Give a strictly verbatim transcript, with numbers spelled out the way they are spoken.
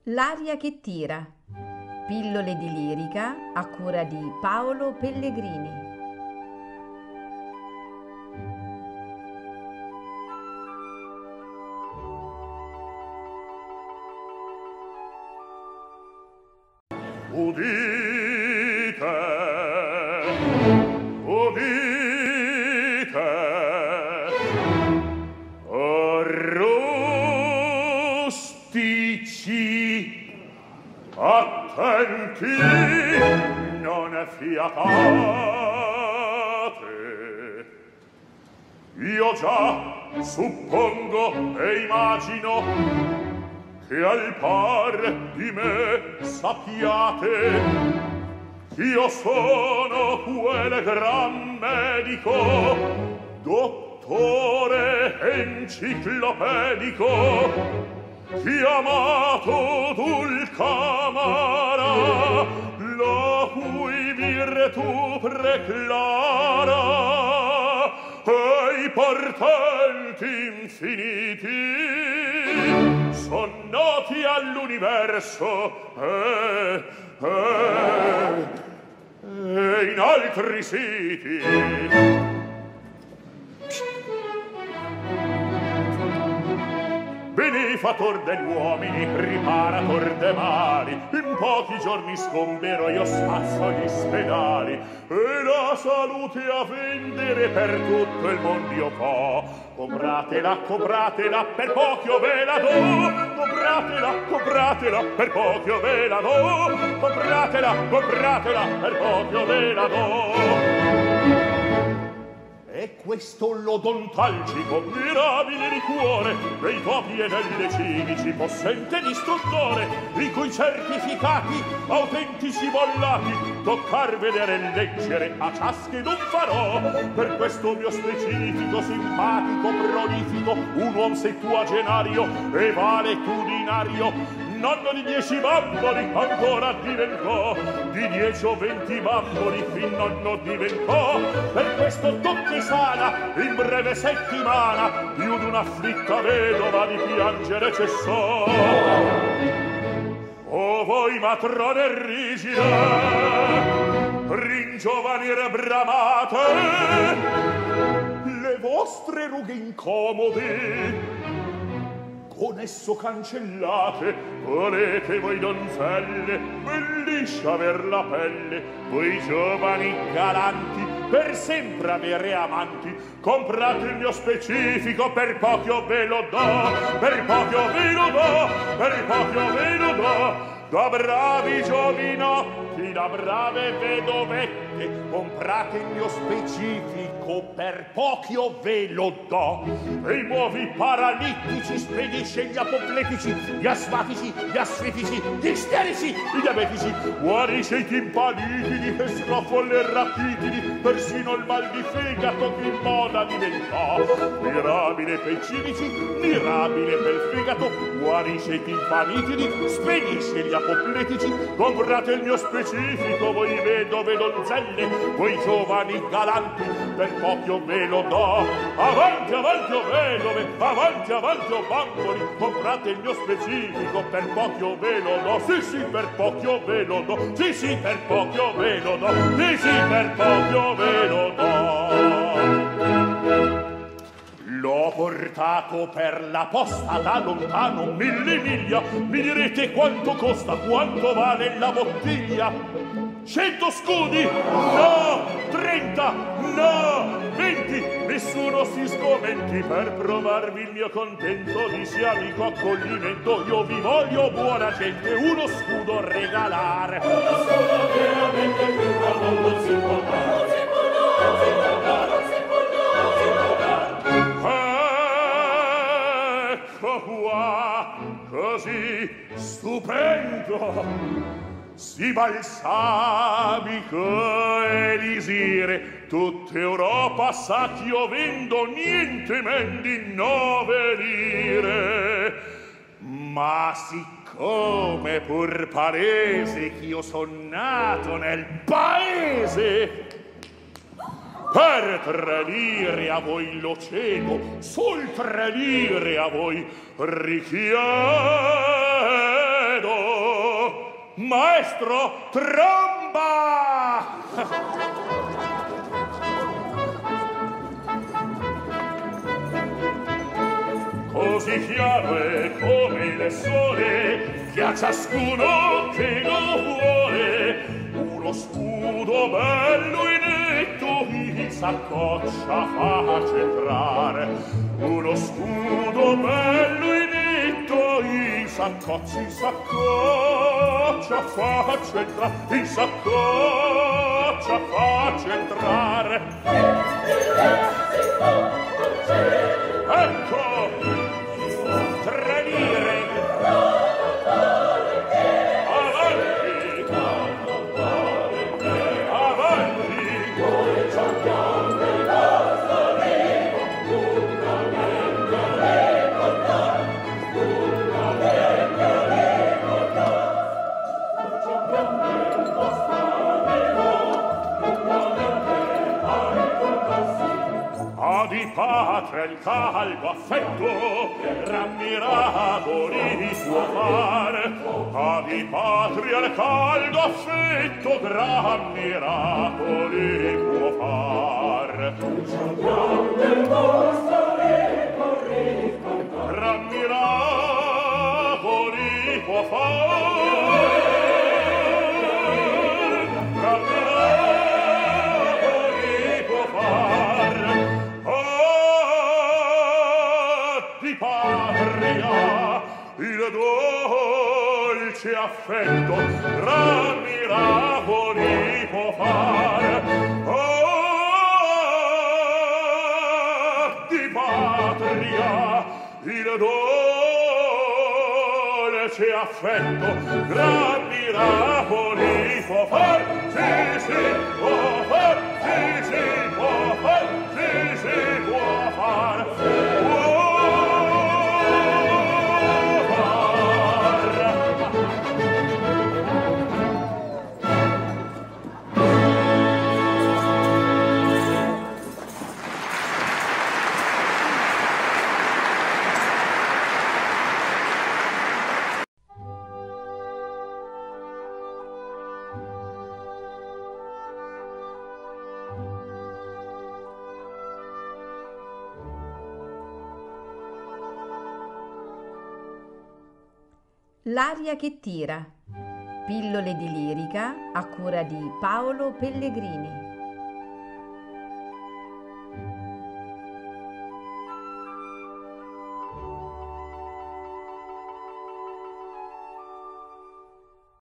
L'aria che tira. Pillole di lirica a cura di Paolo Pellegrini. Udite, udite, rustici, attenti, non fiatate. Io già suppongo e immagino che al par di me sappiate io sono quel gran medico, dottore enciclopedico, chiamato Dulcamara, la cui virtù preclara e i portenti infiniti son noti all'universo e, e, e in altri siti. Benefator degli uomini, riparator de mali, in pochi giorni sgombero io spazzo gli spedali e la salute a vendere per tutto il mondo io fo. Compratela, compratela, per pochi io ve la do. Compratela, compratela, per pochi io ve la do. Compratela, compratela, per pochi io ve la do. E questo l'odontalgico mirabile liquore dei topi e delle cimici possente distruttore, i cui certificati autentici bollati toccar, vedere e leggere a ciaschedun farò. Per questo mio specifico, simpatico, prolifico, un uom settuagenario e valetudinario, nonno di dieci bamboli ancora diventò, di dieci o venti bamboli fin nonno diventò. Per questo tutti sana in breve settimana più d'una afflitta vedova di piangere cessò. O voi matrone rigide, ringiovanire bramate, le vostre rughe incomode con esso cancellate, volete voi donzelle belliscia aver la pelle, voi giovani galanti per sempre avere amanti. Comprate il mio specifico, per pochi io ve lo do, per pochi io ve lo do, per pochi io ve lo do. Da bravi giovinotti, da brave vedovette, comprate il mio specifico, per pochi io ve lo do. E i nuovi paralittici spedisce gli apopletici, gli asmatici, gli asfitici, gli isterici, i diabetici, guarisce i timpanitidi e strofolle e rachitidi, persino il mal di fegato che in moda diventò. Mirabile per i cinici, mirabile per il fegato, guarisce i timpanitidi, spedisce gli apopletici. Comprate il mio specifico, voi vedove donzelle, voi giovani galanti, per pochi io ve lo do. Avanti, avanti o vedove, avanti, avanti o bamboli, comprate il mio specifico, per pochi io ve lo do. Sì, sì, per pochi io ve lo do. Sì, sì, per pochi io ve lo do. Sì, sì, per pochi io ve lo do. L'ho portato per la posta da lontano mille miglia. Mi direte quanto costa, quanto vale la bottiglia? Cento scudi? No! Trenta? No! Venti? Nessuno si scomenti per provarvi il mio contento. Dissi amico accoglimento, io vi voglio buona gente uno scudo regalare. Uno scudo veramente più al mondo si può dare. Non si può dare, non si può dare, non si può dare. Ecco qua, così stupendo, si balsamico elisire, tutta Europa sa ch'io vendo niente men di nove lire. Ma siccome pur palese ch'io son nato nel paese, per tre lire a voi lo cedo, sul tre lire a voi richiedo. Maestro, tromba! Così chiaro è come il sole, che a ciascuno che lo vuole uno scudo bello e netto in saccoccia face entrare. Uno scudo bello e netto in saccoccia, in saccoccia face entrare, in saccoccia face entrare. Ecco! Tre lire! Avanti! Avanti! Noi sappiamo che il nostro libro nunca venga ricordato, nunca venga ricordato. Noi sappiamo che il nostro libro nunca venga ricordato. A di patria il calvo affetto gran miracoli può fare. A di patria il caldo affetto gran miracoli può fare. Sappiamo del vostro ricordo, gran miracoli può fare. Gran miracoli può fare. Di patria il dolce affetto gran miracoli può fare. Oh, di patria il dolce affetto gran miracoli può fare. Sì, sì, può fare, sì, sì, può fare, sì, sì, può fare. L'aria che tira. Pillole di lirica a cura di Paolo Pellegrini.